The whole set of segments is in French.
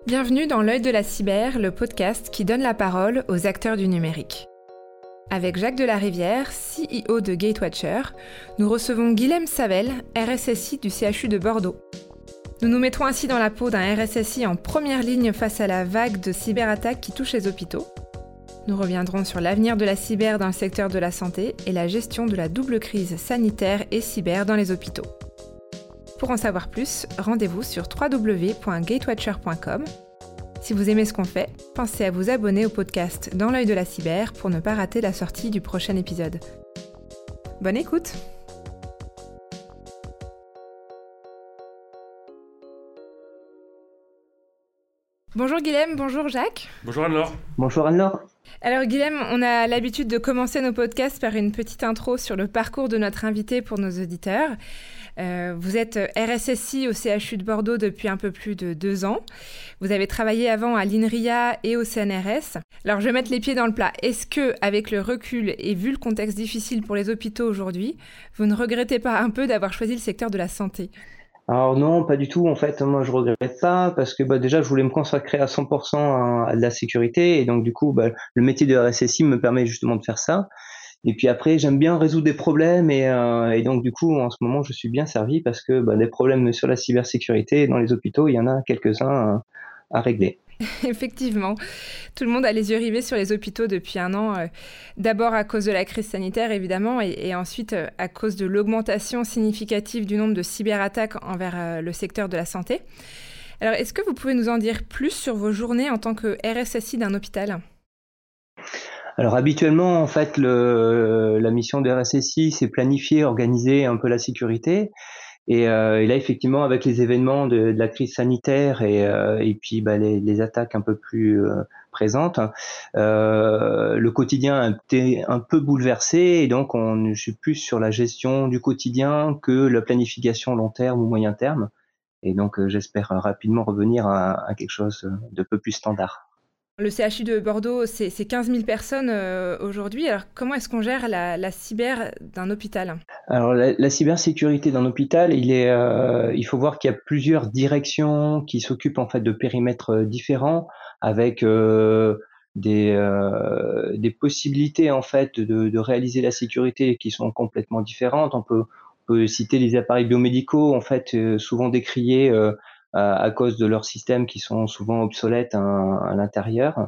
Bienvenue dans l'œil de la cyber, le podcast qui donne la parole aux acteurs du numérique. Avec Jacques Delarivière, CEO de Gatewatcher, nous recevons Guilhem Savel, RSSI du CHU de Bordeaux. Nous nous mettrons ainsi dans la peau d'un RSSI en première ligne face à la vague de cyberattaques qui touche les hôpitaux. Nous reviendrons sur l'avenir de la cyber dans le secteur de la santé et la gestion de la double crise sanitaire et cyber dans les hôpitaux. Pour en savoir plus, rendez-vous sur www.gatewatcher.com. Si vous aimez ce qu'on fait, pensez à vous abonner au podcast Dans l'œil de la cyber pour ne pas rater la sortie du prochain épisode. Bonne écoute! Bonjour Guilhem, bonjour Jacques. Bonjour Anne-Laure. Bonjour Anne-Laure. Alors Guilhem, on a l'habitude de commencer nos podcasts par une petite intro sur le parcours de notre invité pour nos auditeurs. Vous êtes RSSI au CHU de Bordeaux depuis un peu plus de 2 ans. Vous avez travaillé avant à l'INRIA et au CNRS. Alors je vais mettre les pieds dans le plat. Est-ce que, avec le recul et vu le contexte difficile pour les hôpitaux aujourd'hui, vous ne regrettez pas un peu d'avoir choisi le secteur de la santé ? Alors non, pas du tout. En fait, moi, je regrette pas parce que déjà, je voulais me consacrer à 100% à de la sécurité et donc du coup, le métier de RSSI me permet justement de faire ça. Et puis après, j'aime bien résoudre des problèmes et donc du coup, en ce moment, je suis bien servi parce que des problèmes sur la cybersécurité dans les hôpitaux, il y en a quelques-uns à régler. Effectivement, tout le monde a les yeux rivés sur les hôpitaux depuis 1 an, d'abord à cause de la crise sanitaire évidemment et ensuite à cause de l'augmentation significative du nombre de cyberattaques envers le secteur de la santé. Alors, est-ce que vous pouvez nous en dire plus sur vos journées en tant que RSSI d'un hôpital ? Alors habituellement, en fait, la mission de RSSI, c'est planifier, organiser un peu la sécurité. Et là, effectivement, avec les événements de la crise sanitaire et puis les attaques un peu plus présentes, le quotidien a été un peu bouleversé et donc je suis plus sur la gestion du quotidien que la planification long terme ou moyen terme. Et donc, j'espère rapidement revenir à quelque chose de peu plus standard. Le CHU de Bordeaux, c'est 15 000 personnes aujourd'hui. Alors, comment est-ce qu'on gère la cyber d'un hôpital ? Alors, la cybersécurité d'un hôpital, il faut voir qu'il y a plusieurs directions qui s'occupent en fait de périmètres différents, avec des possibilités en fait de réaliser la sécurité qui sont complètement différentes. On peut citer les appareils biomédicaux, en fait, souvent décriés à cause de leurs systèmes qui sont souvent obsolètes à l'intérieur.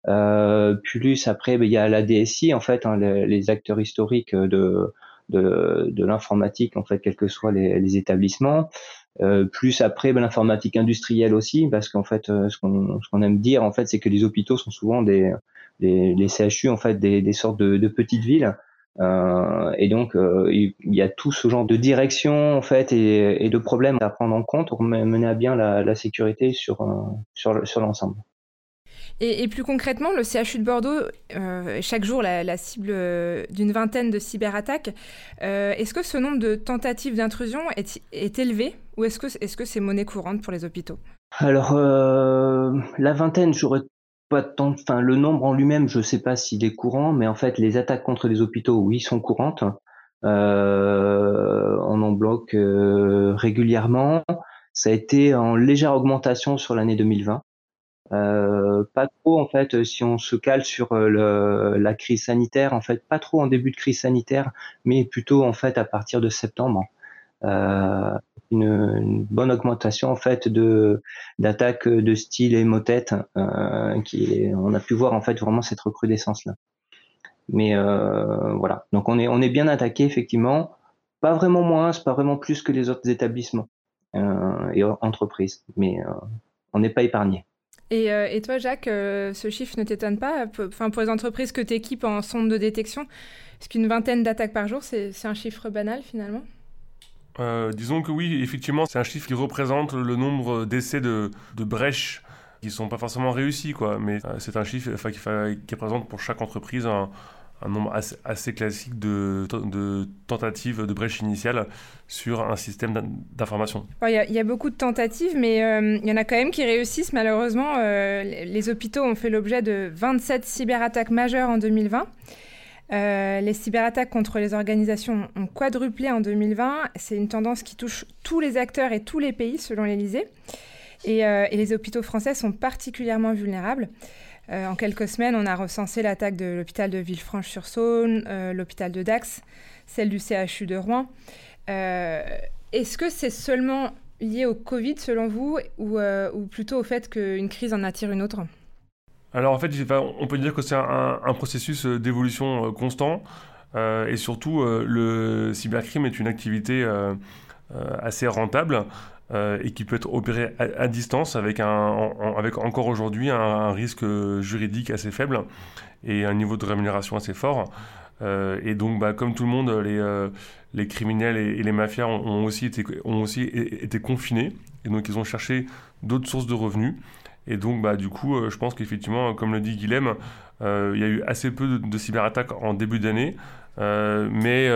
Plus après, il y a la DSI, en fait, les acteurs historiques de l'informatique, en fait, quels que soient les établissements. Plus après, l'informatique industrielle aussi, parce qu'en fait, ce qu'on aime dire, en fait, c'est que les hôpitaux sont souvent les CHU, en fait, des sortes de petites villes. Et donc il y a tout ce genre de direction en fait et de problèmes à prendre en compte pour mener à bien la sécurité sur l'ensemble. Et plus concrètement, le CHU de Bordeaux, chaque jour la cible d'une vingtaine de cyberattaques. Est-ce que ce nombre de tentatives d'intrusion est élevé ou est-ce que c'est monnaie courante pour les hôpitaux ? Alors la vingtaine, j'aurais pas tant, le nombre en lui-même, je sais pas s'il est courant, mais en fait les attaques contre les hôpitaux, oui, sont courantes. On en bloque régulièrement. Ça a été en légère augmentation sur l'année 2020. Pas trop en fait si on se cale sur la crise sanitaire, en fait pas trop en début de crise sanitaire, mais plutôt en fait à partir de septembre. Une bonne augmentation en fait d'attaques de style Emotet, on a pu voir en fait vraiment cette recrudescence là. Mais voilà, donc on est bien attaqué effectivement, pas vraiment moins, c'est pas vraiment plus que les autres établissements et entreprises, mais on n'est pas épargné. Et toi, Jacques, ce chiffre ne t'étonne pas ? Pour les entreprises que tu équipes en sonde de détection, est-ce qu'une vingtaine d'attaques par jour, c'est un chiffre banal finalement ? Disons que oui, effectivement, c'est un chiffre qui représente le nombre d'essais de brèches qui ne sont pas forcément réussis, quoi. Mais c'est un chiffre qui représente pour chaque entreprise un nombre assez classique de tentatives de brèches initiales sur un système d'information. Il y a beaucoup de tentatives, mais il y en a quand même qui réussissent. Malheureusement, les hôpitaux ont fait l'objet de 27 cyberattaques majeures en 2020. Les cyberattaques contre les organisations ont quadruplé en 2020. C'est une tendance qui touche tous les acteurs et tous les pays, selon l'Élysée. Et les hôpitaux français sont particulièrement vulnérables. En quelques semaines, on a recensé l'attaque de l'hôpital de Villefranche-sur-Saône, l'hôpital de Dax, celle du CHU de Rouen. Est-ce que c'est seulement lié au Covid, selon vous, ou plutôt au fait qu'une crise en attire une autre ? Alors en fait, on peut dire que c'est un processus d'évolution constant. Et surtout, le cybercrime est une activité assez rentable et qui peut être opérée à distance avec encore aujourd'hui un risque juridique assez faible et un niveau de rémunération assez fort. Et donc, comme tout le monde, les criminels et les mafias ont aussi été confinés. Et donc, ils ont cherché d'autres sources de revenus. Et donc, du coup, je pense qu'effectivement, comme le dit Guilhem, il y a eu assez peu de cyberattaques en début d'année. Mais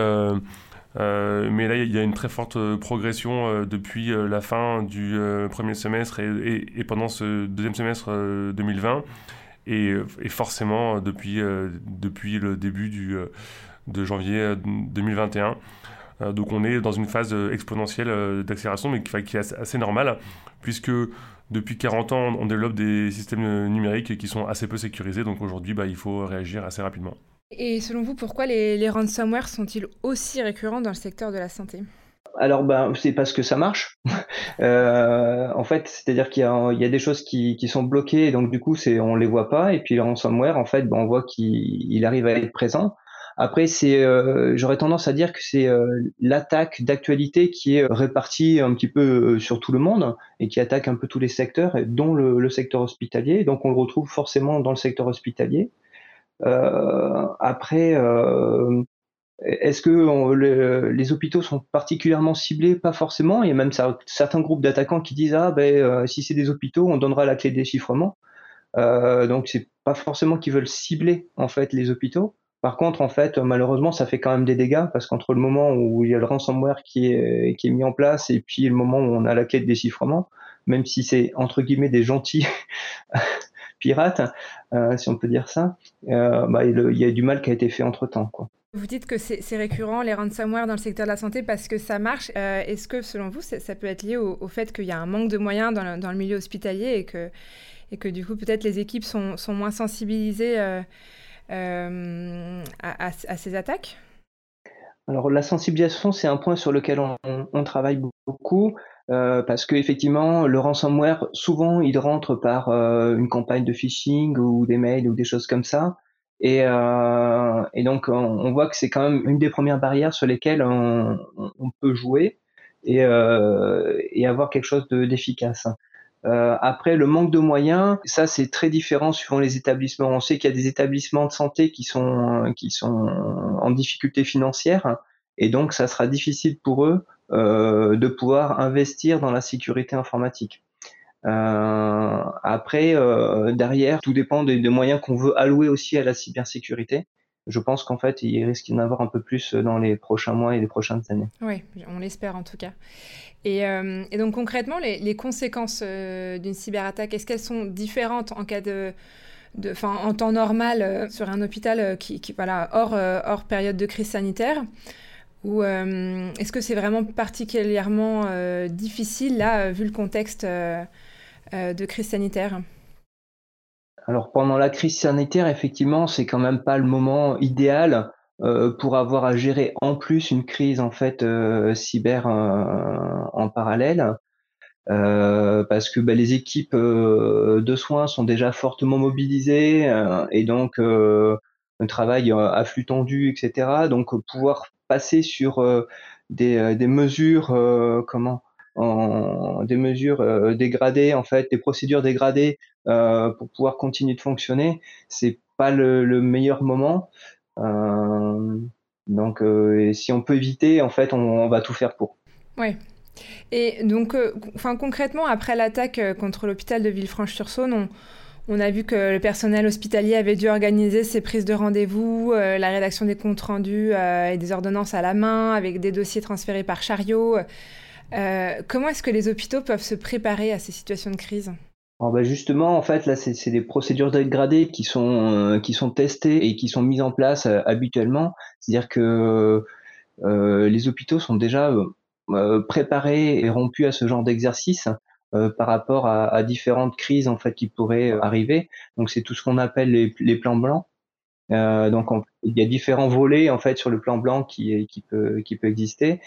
là, il y a une très forte progression depuis la fin du premier semestre et pendant ce deuxième semestre 2020. Et forcément, depuis le début de janvier 2021. Donc on est dans une phase exponentielle d'accélération, mais qui est assez normale, puisque depuis 40 ans, on développe des systèmes numériques qui sont assez peu sécurisés. Donc aujourd'hui, il faut réagir assez rapidement. Et selon vous, pourquoi les ransomware sont-ils aussi récurrents dans le secteur de la santé ? Alors, c'est parce que ça marche. En fait, c'est-à-dire qu'il y a des choses qui sont bloquées, et donc du coup, on les voit pas. Et puis le ransomware, en fait, on voit qu'il arrive à être présent. Après, j'aurais tendance à dire que c'est l'attaque d'actualité qui est répartie un petit peu sur tout le monde et qui attaque un peu tous les secteurs, dont le secteur hospitalier. Donc, on le retrouve forcément dans le secteur hospitalier. Après, est-ce que les hôpitaux sont particulièrement ciblés? Pas forcément. Il y a même certains groupes d'attaquants qui disent si c'est des hôpitaux, on donnera la clé de déchiffrement. Donc c'est pas forcément qu'ils veulent cibler en fait les hôpitaux. Par contre, en fait, malheureusement, ça fait quand même des dégâts parce qu'entre le moment où il y a le ransomware qui est mis en place et puis le moment où on a la clé de déchiffrement, même si c'est entre guillemets des gentils pirates, si on peut dire ça, il y a du mal qui a été fait entre-temps, quoi. Vous dites que c'est récurrent, les ransomware dans le secteur de la santé, parce que ça marche. Est-ce que, selon vous, ça peut être lié au fait qu'il y a un manque de moyens dans le milieu hospitalier et que du coup, peut-être les équipes sont moins sensibilisées à ces attaques ? Alors, la sensibilisation, c'est un point sur lequel on travaille beaucoup, parce qu'effectivement, le ransomware, souvent, il rentre par une campagne de phishing ou des mails ou des choses comme ça. Et donc, on voit que c'est quand même une des premières barrières sur lesquelles on peut jouer et avoir quelque chose d'efficace. Après, le manque de moyens, ça c'est très différent suivant les établissements. On sait qu'il y a des établissements de santé qui sont en difficulté financière, et donc ça sera difficile pour eux de pouvoir investir dans la sécurité informatique. Après, derrière, tout dépend des moyens qu'on veut allouer aussi à la cybersécurité. Je pense qu'en fait, il risque d'y en avoir un peu plus dans les prochains mois et les prochaines années. Oui, on l'espère en tout cas. Et donc concrètement, les conséquences d'une cyberattaque, est-ce qu'elles sont différentes en cas en temps normal sur un hôpital hors période de crise sanitaire, ou est-ce que c'est vraiment particulièrement difficile là, vu le contexte de crise sanitaire ? Alors pendant la crise sanitaire, effectivement, c'est quand même pas le moment idéal pour avoir à gérer en plus une crise en fait cyber en parallèle, parce que les équipes de soins sont déjà fortement mobilisées et donc le travail à flux tendu, etc. Donc pouvoir passer sur des mesures des mesures dégradées, en fait, des procédures dégradées pour pouvoir continuer de fonctionner, c'est pas le meilleur moment. Donc, si on peut éviter, en fait, on va tout faire pour. Oui. Et donc, concrètement, après l'attaque contre l'hôpital de Villefranche-sur-Saône, on a vu que le personnel hospitalier avait dû organiser ses prises de rendez-vous, la rédaction des comptes rendus et des ordonnances à la main, avec des dossiers transférés par chariot. Comment est-ce que les hôpitaux peuvent se préparer à ces situations de crise ? Alors justement, en fait, là, c'est des procédures dégradées qui sont testées et qui sont mises en place habituellement. C'est-à-dire que les hôpitaux sont déjà préparés et rompus à ce genre d'exercice. par rapport à différentes crises en fait qui pourraient arriver. Donc c'est tout ce qu'on appelle les plans blancs. Donc il y a différents volets en fait sur le plan blanc qui peut exister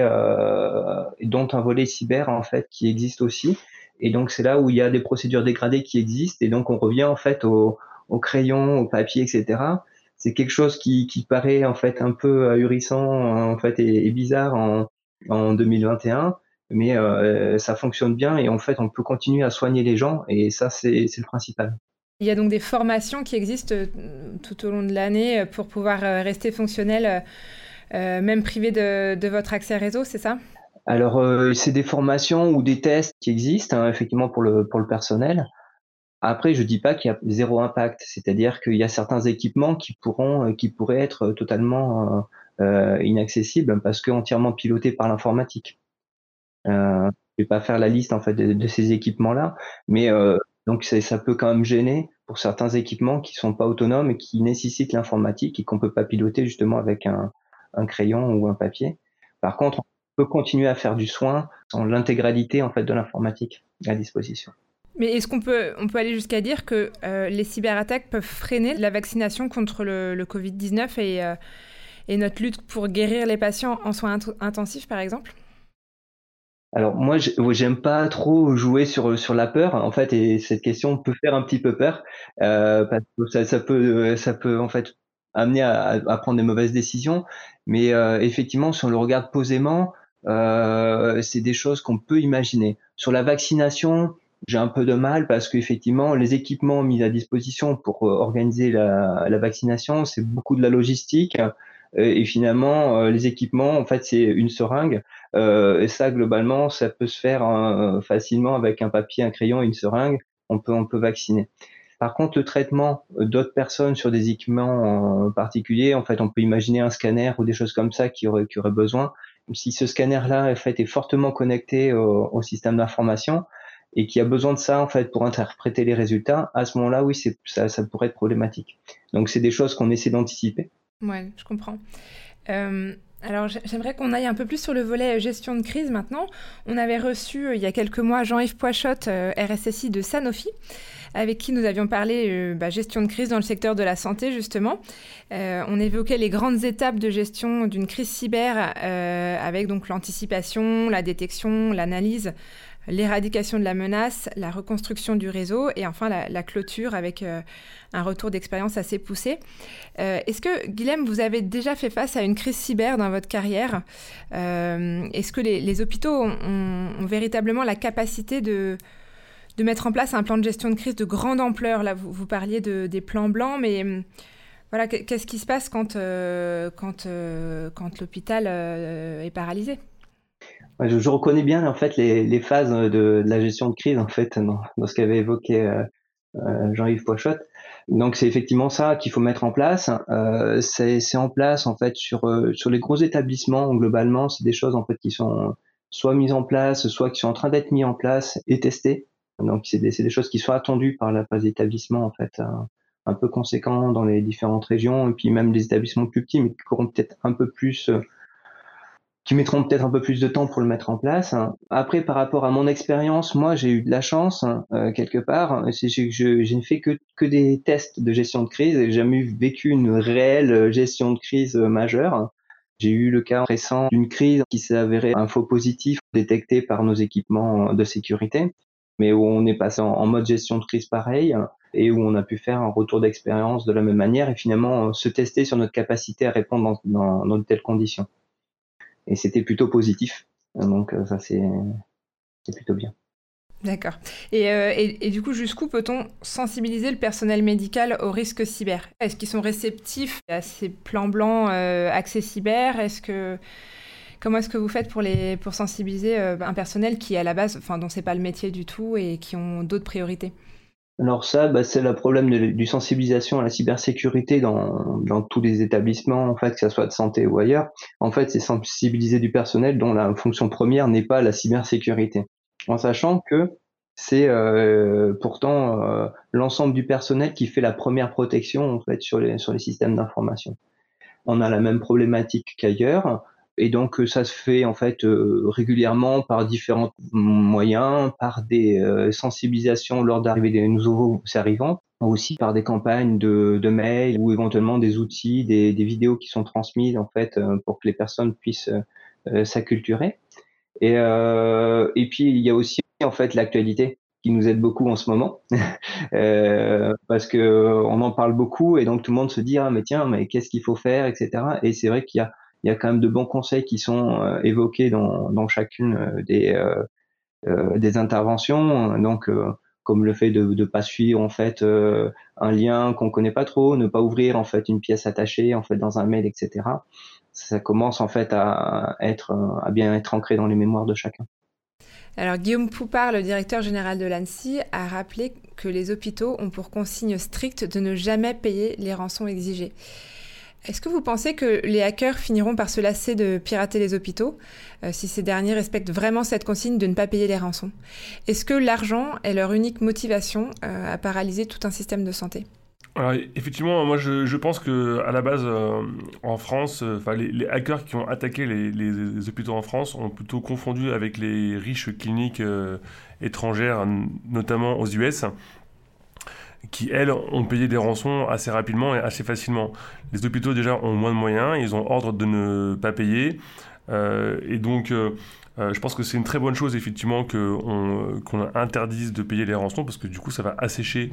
et dont un volet cyber en fait qui existe aussi. Et donc c'est là où il y a des procédures dégradées qui existent et donc on revient en fait au crayon, au papier, etc. C'est quelque chose qui paraît en fait un peu ahurissant en fait et bizarre en 2021, mais ça fonctionne bien et en fait on peut continuer à soigner les gens et ça c'est le principal. Il y a donc des formations qui existent tout au long de l'année pour pouvoir rester fonctionnel, même privé de votre accès réseau, c'est ça? Alors, c'est des formations ou des tests qui existent, hein, effectivement pour le personnel. Après, je dis pas qu'il y a zéro impact, c'est-à-dire qu'il y a certains équipements qui pourraient être totalement inaccessibles parce qu'entièrement pilotés par l'informatique. Je vais pas faire la liste en fait de ces équipements-là, mais donc ça peut quand même gêner pour certains équipements qui sont pas autonomes et qui nécessitent l'informatique et qu'on peut pas piloter justement avec un crayon ou un papier. Par contre, on peut continuer à faire du soin sans l'intégralité en fait de l'informatique à disposition. Mais est-ce qu'on peut aller jusqu'à dire que les cyberattaques peuvent freiner la vaccination contre le Covid-19 et notre lutte pour guérir les patients en soins intensifs, par exemple? Alors moi, j'aime pas trop jouer sur la peur en fait, et cette question peut faire un petit peu peur parce que ça peut en fait amener à prendre des mauvaises décisions. Mais effectivement, si on le regarde posément, c'est des choses qu'on peut imaginer. Sur la vaccination, j'ai un peu de mal parce qu'effectivement, les équipements mis à disposition pour organiser la vaccination, c'est beaucoup de la logistique. Et finalement, les équipements, en fait, c'est une seringue. Et ça, globalement, ça peut se faire facilement avec un papier, un crayon et une seringue. On peut vacciner. Par contre, le traitement d'autres personnes sur des équipements particuliers, en fait, on peut imaginer un scanner ou des choses comme ça qui auraient besoin. Si ce scanner-là, en fait, est fortement connecté au système d'information et qui a besoin de ça, en fait, pour interpréter les résultats, à ce moment-là, oui, ça pourrait être problématique. Donc, c'est des choses qu'on essaie d'anticiper. Ouais, je comprends. Alors, j'aimerais qu'on aille un peu plus sur le volet gestion de crise maintenant. On avait reçu il y a quelques mois Jean-Yves Poichotte, RSSI de Sanofi, avec qui nous avions parlé gestion de crise dans le secteur de la santé, justement. On évoquait les grandes étapes de gestion d'une crise cyber avec donc l'anticipation, la détection, l'analyse, l'éradication de la menace, la reconstruction du réseau et enfin la clôture avec un retour d'expérience assez poussé. Est-ce que, Guilhem, vous avez déjà fait face à une crise cyber dans votre carrière? Est-ce que les hôpitaux ont véritablement la capacité de mettre en place un plan de gestion de crise de grande ampleur? Là, vous parliez des plans blancs, mais voilà, qu'est-ce qui se passe quand l'hôpital est paralysé? Je reconnais bien en fait les phases de la gestion de crise en fait dans ce qu'avait évoqué Jean-Yves Poichotte. Donc c'est effectivement ça qu'il faut mettre en place. C'est en place en fait sur les gros établissements. Globalement, c'est des choses en fait qui sont soit mises en place, soit qui sont en train d'être mises en place et testées. Donc c'est des choses qui sont attendues par la phase d'établissement en fait un peu conséquent dans les différentes régions et puis même des établissements plus petits mais qui auront peut-être un peu plus qui mettront peut-être un peu plus de temps pour le mettre en place. Après, par rapport à mon expérience, moi, j'ai eu de la chance, quelque part. Je n'ai fait que des tests de gestion de crise et j'ai jamais vécu une réelle gestion de crise majeure. J'ai eu le cas récent d'une crise qui s'est avérée un faux positif détecté par nos équipements de sécurité, mais où on est passé en mode gestion de crise pareil et où on a pu faire un retour d'expérience de la même manière et finalement se tester sur notre capacité à répondre dans de telles conditions. Et c'était plutôt positif. Donc ça, c'est plutôt bien. D'accord. Et du coup, jusqu'où peut-on sensibiliser le personnel médical aux risques cyber? Est-ce qu'ils sont réceptifs à ces plans blancs accès cyber? Comment est-ce que vous faites pour sensibiliser un personnel qui, à la base, dont c'est pas le métier du tout et qui ont d'autres priorités? Alors ça, c'est le problème du sensibilisation à la cybersécurité dans tous les établissements, en fait, que ça soit de santé ou ailleurs. En fait, c'est sensibiliser du personnel dont la fonction première n'est pas la cybersécurité. En sachant que c'est pourtant l'ensemble du personnel qui fait la première protection en fait sur les systèmes d'information. On a la même problématique qu'ailleurs Et donc ça se fait en fait régulièrement par différents moyens, par des sensibilisations lors d'arrivée des nouveaux arrivants, aussi par des campagnes de mails ou éventuellement des outils, des vidéos qui sont transmises en fait pour que les personnes puissent s'acculturer. Et puis il y a aussi en fait l'actualité qui nous aide beaucoup en ce moment, parce que on en parle beaucoup et donc tout le monde se dit ah mais tiens mais qu'est-ce qu'il faut faire, etc. Et c'est vrai qu'il y a quand même de bons conseils qui sont évoqués dans chacune des interventions. Donc comme le fait de pas suivre en fait un lien qu'on connaît pas trop, ne pas ouvrir en fait une pièce attachée en fait dans un mail, etc. Ça commence en fait à bien être ancré dans les mémoires de chacun. Alors Guillaume Poupard, le directeur général de l'ANSSI, a rappelé que les hôpitaux ont pour consigne stricte de ne jamais payer les rançons exigées. Est-ce que vous pensez que les hackers finiront par se lasser de pirater les hôpitaux si ces derniers respectent vraiment cette consigne de ne pas payer les rançons? Est-ce que l'argent est leur unique motivation à paralyser tout un système de santé? Alors, effectivement, moi je pense que à la base en France, les hackers qui ont attaqué les hôpitaux en France ont plutôt confondu avec les riches cliniques étrangères, notamment aux US, qui elles ont payé des rançons assez rapidement et assez facilement. Les hôpitaux déjà ont moins de moyens, ils ont ordre de ne pas payer, et donc je pense que c'est une très bonne chose effectivement qu'on interdise de payer les rançons parce que du coup ça va assécher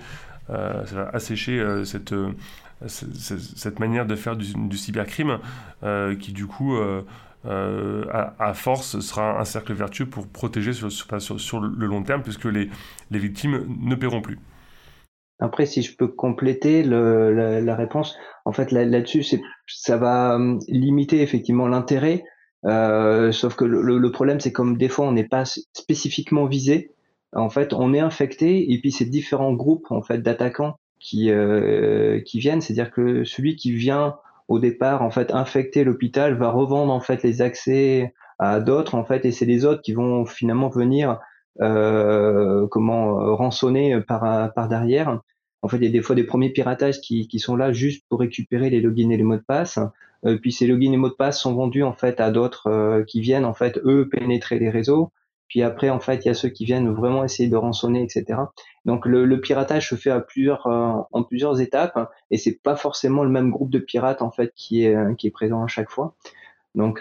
cette manière de faire du cybercrime qui du coup à force sera un cercle vertueux pour protéger sur le long terme puisque les victimes ne paieront plus. Après, si je peux compléter la réponse, en fait là-dessus, ça va limiter effectivement l'intérêt. Sauf que le problème, c'est comme des fois on n'est pas spécifiquement visé. En fait, on est infecté et puis c'est différents groupes en fait d'attaquants qui viennent. C'est-à-dire que celui qui vient au départ en fait infecter l'hôpital va revendre en fait les accès à d'autres en fait et c'est les autres qui vont finalement venir rançonner par derrière. En fait, il y a des fois des premiers piratages qui sont là juste pour récupérer les logins et les mots de passe. Puis ces logins et mots de passe sont vendus en fait à d'autres qui viennent en fait eux pénétrer les réseaux. Puis après en fait il y a ceux qui viennent vraiment essayer de rançonner, etc. Donc le piratage se fait en plusieurs étapes et c'est pas forcément le même groupe de pirates en fait qui est présent à chaque fois. Donc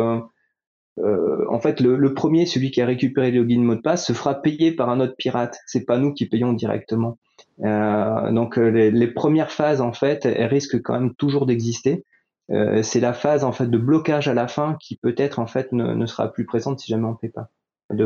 en fait, le premier, celui qui a récupéré le login mot de passe, se fera payer par un autre pirate. C'est pas nous qui payons directement. Donc les premières phases, en fait, elles risquent quand même toujours d'exister. C'est la phase en fait de blocage à la fin qui peut-être en fait ne sera plus présente si jamais on ne paie pas.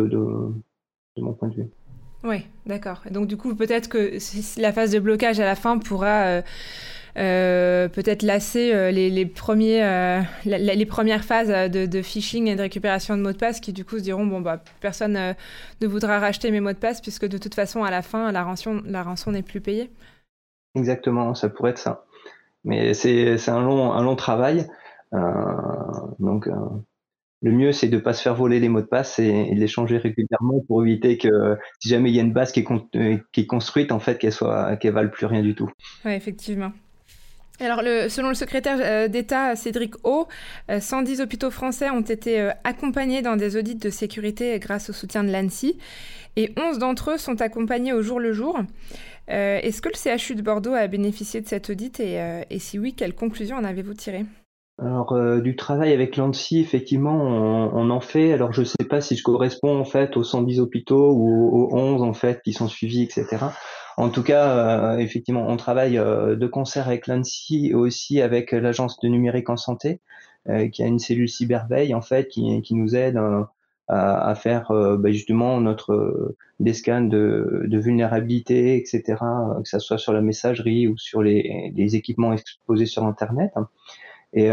De mon point de vue. Oui, d'accord. Donc du coup, peut-être que la phase de blocage à la fin pourra peut-être lasser les premières phases de phishing et de récupération de mots de passe qui du coup se diront bon bah personne ne voudra racheter mes mots de passe puisque de toute façon à la fin la rançon n'est plus payée. Exactement, ça pourrait être ça. Mais c'est un long travail. Donc le mieux, c'est de pas se faire voler les mots de passe et de les changer régulièrement pour éviter que si jamais il y a une base qui est construite, en fait, qu'elle vale plus rien du tout. Oui, effectivement. Alors, selon le secrétaire d'État Cédric O, 110 hôpitaux français ont été accompagnés dans des audits de sécurité grâce au soutien de l'ANSSI et 11 d'entre eux sont accompagnés au jour le jour. Est-ce que le CHU de Bordeaux a bénéficié de cet audit et si oui, quelles conclusions en avez-vous tirées ? Alors du travail avec l'ANSSI, effectivement, on en fait. Alors je sais pas si je corresponds en fait aux 110 hôpitaux ou aux 11 en fait qui sont suivis, etc. En tout cas, effectivement, on travaille de concert avec l'ANSSI et aussi avec l'Agence de numérique en santé, qui a une cellule cyberveille en fait qui nous aide à faire justement des scans de vulnérabilité, etc. Que ça soit sur la messagerie ou sur les équipements exposés sur Internet. Et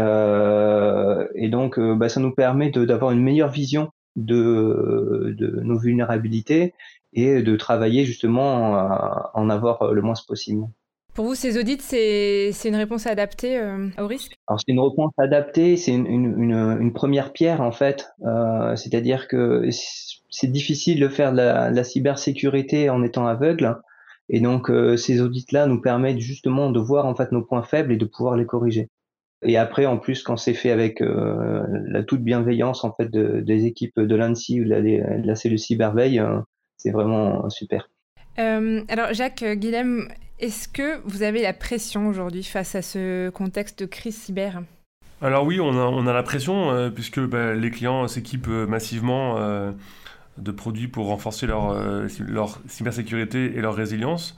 donc, ça nous permet d'avoir une meilleure vision de nos vulnérabilités et de travailler justement à en avoir le moins possible. Pour vous, ces audits, c'est une réponse adaptée au risque ? Alors, c'est une réponse adaptée, c'est une première pierre en fait. C'est-à-dire que c'est difficile de faire de la cybersécurité en étant aveugle. Et donc, ces audits-là nous permettent justement de voir en fait nos points faibles et de pouvoir les corriger. Et après, en plus, quand c'est fait avec la toute bienveillance en fait des équipes de l'ANSSI ou de la cellule cyberveille, c'est vraiment super. Alors Jacques, Guilhem, est-ce que vous avez la pression aujourd'hui face à ce contexte de crise cyber ? Alors oui, on a la pression, puisque les clients s'équipent massivement de produits pour renforcer leur cybersécurité et leur résilience.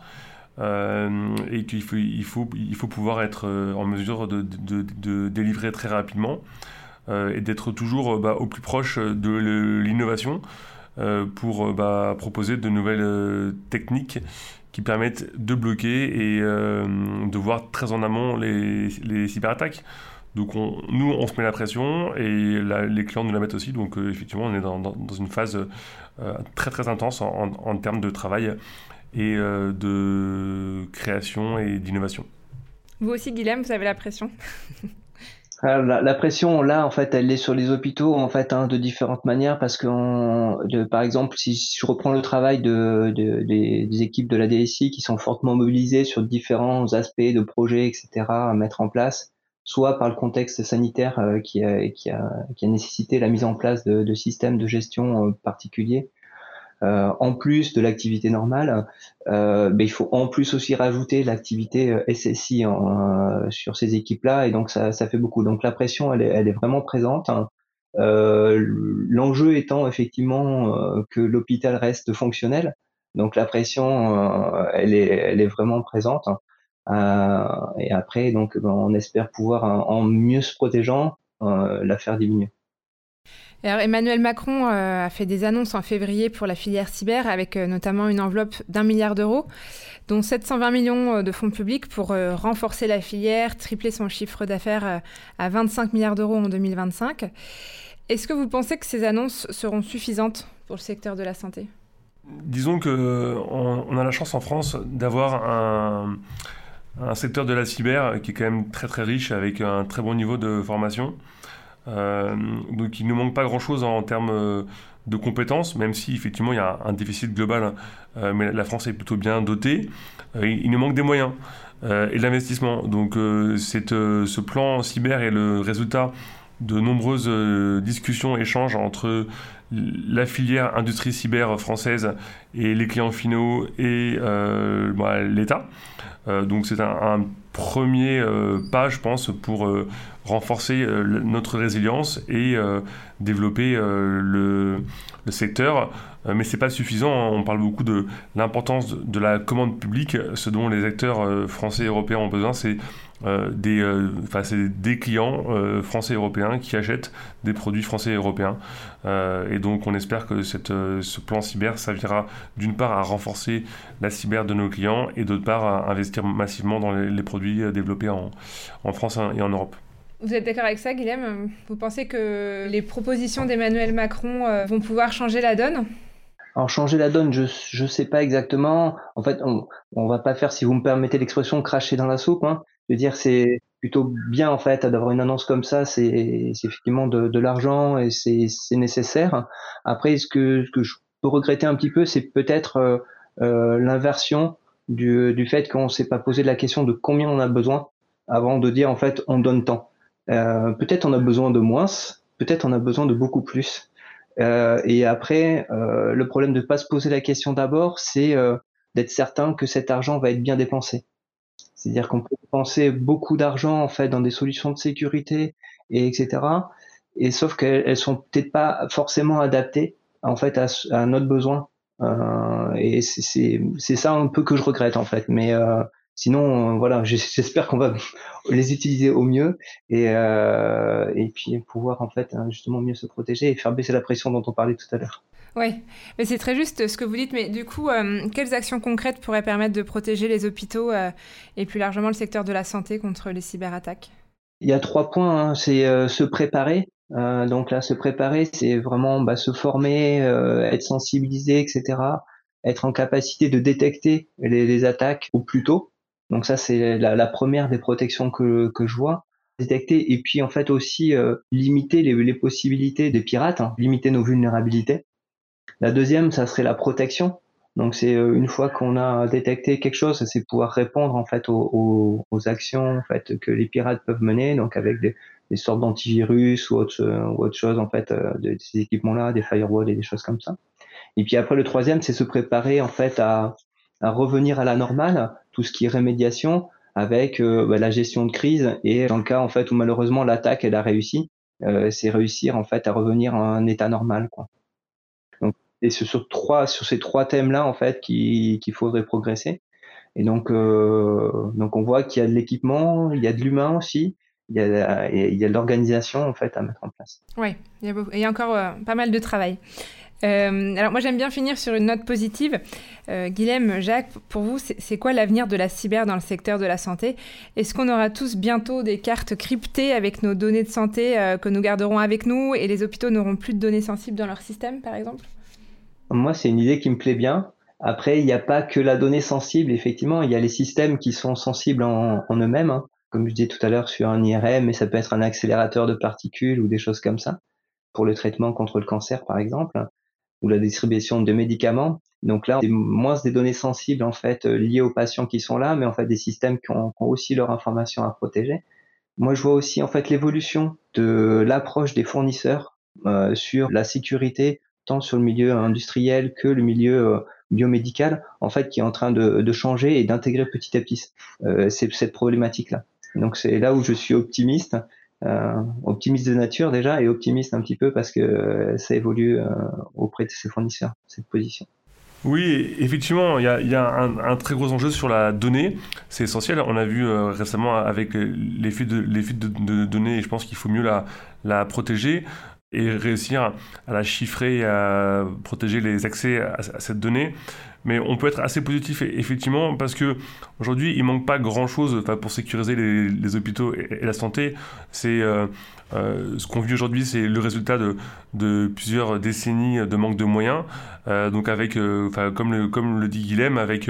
Et qu'il faut pouvoir être en mesure de délivrer très rapidement et d'être toujours au plus proche de l'innovation pour proposer de nouvelles techniques qui permettent de bloquer et de voir très en amont les cyberattaques. Donc nous, on se met la pression et les clients nous la mettent aussi. Donc effectivement, on est dans une phase très très intense en termes de travail et de création et d'innovation. Vous aussi, Guilhem, vous avez la pression ? La pression, là, en fait, elle est sur les hôpitaux, en fait, de différentes manières, parce que, par exemple, si je reprends le travail des équipes de la DSI qui sont fortement mobilisées sur différents aspects de projets, etc., à mettre en place, soit par le contexte sanitaire qui a nécessité la mise en place de systèmes de gestion particuliers, en plus de l'activité normale, il faut en plus aussi rajouter l'activité SSI sur ces équipes-là, et donc ça fait beaucoup. Donc la pression, elle est vraiment présente. L'enjeu étant effectivement que l'hôpital reste fonctionnel. Donc la pression, elle est vraiment présente. Et après, donc, on espère pouvoir, en mieux se protégeant, la faire diminuer. Alors Emmanuel Macron a fait des annonces en février pour la filière cyber avec notamment une enveloppe d'1 milliard d'euros, dont 720 millions de fonds publics pour renforcer la filière, tripler son chiffre d'affaires à 25 milliards d'euros en 2025. Est-ce que vous pensez que ces annonces seront suffisantes pour le secteur de la santé ? Disons qu'on a la chance en France d'avoir un secteur de la cyber qui est quand même très très riche avec un très bon niveau de formation. Donc il ne manque pas grand-chose en termes de compétences, même si effectivement il y a un déficit global, mais la France est plutôt bien dotée. Il nous manque des moyens et de l'investissement. Donc ce plan cyber est le résultat de nombreuses discussions, échanges entre la filière industrie cyber française et les clients finaux et l'État. Donc c'est un premier pas, je pense, pour renforcer notre résilience et développer le secteur. Mais c'est pas suffisant, hein. On parle beaucoup de l'importance de la commande publique. Ce dont les acteurs français et européens ont besoin, c'est des clients français et européens qui achètent des produits français et européens. Et donc on espère que ce plan cyber servira d'une part à renforcer la cyber de nos clients et d'autre part à investir massivement dans les produits développés en France et en Europe. Vous êtes d'accord avec ça, Guilhem ? Vous pensez que les propositions d'Emmanuel Macron vont pouvoir changer la donne ? Alors changer la donne, je sais pas exactement. En fait, on va pas faire, si vous me permettez l'expression, cracher dans la soupe, hein. Je veux dire, c'est plutôt bien en fait d'avoir une annonce comme ça. C'est effectivement de l'argent et c'est nécessaire. Après, ce que je peux regretter un petit peu, c'est peut-être l'inversion du fait qu'on s'est pas posé la question de combien on a besoin avant de dire en fait on donne tant. Peut-être on a besoin de moins, peut-être on a besoin de beaucoup plus. Et après, le problème de ne pas se poser la question d'abord, c'est d'être certain que cet argent va être bien dépensé. C'est-à-dire qu'on peut dépenser beaucoup d'argent en fait dans des solutions de sécurité et etc. Et sauf qu'elles sont peut-être pas forcément adaptées en fait à notre besoin. Et c'est ça un peu que je regrette en fait. Mais sinon, voilà, j'espère qu'on va les utiliser au mieux et puis pouvoir en fait justement mieux se protéger et faire baisser la pression dont on parlait tout à l'heure. Oui, mais c'est très juste ce que vous dites. Mais du coup, quelles actions concrètes pourraient permettre de protéger les hôpitaux et plus largement le secteur de la santé contre les cyberattaques ? Il y a 3 points, hein. C'est se préparer. Donc là, se préparer, c'est vraiment se former, être sensibilisé, etc. Être en capacité de détecter les attaques au plus tôt. Donc ça, c'est la première des protections que je vois. Détecter et puis en fait aussi limiter les possibilités des pirates, hein, limiter nos vulnérabilités. La deuxième, ça serait la protection. Donc c'est une fois qu'on a détecté quelque chose, c'est pouvoir répondre en fait aux actions en fait que les pirates peuvent mener, donc avec des sortes d'antivirus ou autre chose en fait de ces équipements-là, des firewalls et des choses comme ça. Et puis après le troisième, c'est se préparer en fait à revenir à la normale, tout ce qui est rémédiation avec la gestion de crise, et dans le cas en fait où malheureusement l'attaque elle a réussi, c'est réussir en fait à revenir à un état normal, quoi. Donc et c'est sur ces trois thèmes-là en fait qu'il faudrait progresser. Et donc on voit qu'il y a de l'équipement, il y a de l'humain aussi, il y a de l'organisation en fait à mettre en place. Oui, il y a encore pas mal de travail. Alors moi j'aime bien finir sur une note positive. Guilhem, Jacques, pour vous, c'est quoi l'avenir de la cyber dans le secteur de la santé ? Est-ce qu'on aura tous bientôt des cartes cryptées avec nos données de santé que nous garderons avec nous et les hôpitaux n'auront plus de données sensibles dans leur système, par exemple ? Moi, c'est une idée qui me plaît bien. Après, il n'y a pas que la donnée sensible, effectivement, il y a les systèmes qui sont sensibles en eux-mêmes, hein. Comme je disais tout à l'heure sur un IRM, mais ça peut être un accélérateur de particules ou des choses comme ça, pour le traitement contre le cancer, par exemple, ou la distribution de médicaments. Donc là, c'est moins des données sensibles, en fait, liées aux patients qui sont là, mais en fait, des systèmes qui ont aussi leur information à protéger. Moi, je vois aussi, en fait, l'évolution de l'approche des fournisseurs sur la sécurité, tant sur le milieu industriel que le milieu biomédical, en fait, qui est en train de changer et d'intégrer petit à petit cette problématique-là. Donc, c'est là où je suis optimiste de nature déjà, et optimiste un petit peu parce que ça évolue auprès de ces fournisseurs, cette position. Oui, effectivement, il y a un très gros enjeu sur la donnée. C'est essentiel. On a vu récemment avec les fuites de données, et je pense qu'il faut mieux la protéger et réussir à la chiffrer et à protéger les accès à cette donnée. Mais on peut être assez positif, effectivement, parce que aujourd'hui, il manque pas grand-chose pour sécuriser les hôpitaux et la santé. C'est ce qu'on vit aujourd'hui, c'est le résultat de plusieurs décennies de manque de moyens. Donc avec, comme le dit Guilhem, avec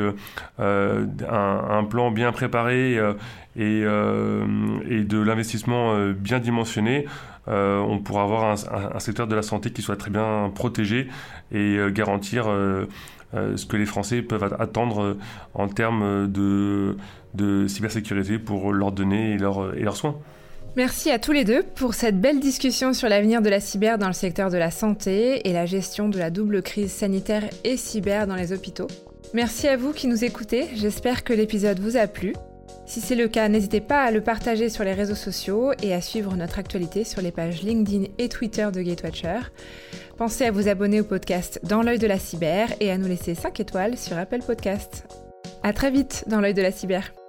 un plan bien préparé et de l'investissement bien dimensionné, on pourra avoir un secteur de la santé qui soit très bien protégé et garantir ce que les Français peuvent attendre en termes de cybersécurité pour leurs données et leurs soins. Merci à tous les deux pour cette belle discussion sur l'avenir de la cyber dans le secteur de la santé et la gestion de la double crise sanitaire et cyber dans les hôpitaux. Merci à vous qui nous écoutez, j'espère que l'épisode vous a plu. Si c'est le cas, n'hésitez pas à le partager sur les réseaux sociaux et à suivre notre actualité sur les pages LinkedIn et Twitter de Gatewatcher. Pensez à vous abonner au podcast Dans l'œil de la cyber et à nous laisser 5 étoiles sur Apple Podcasts. À très vite dans l'œil de la cyber.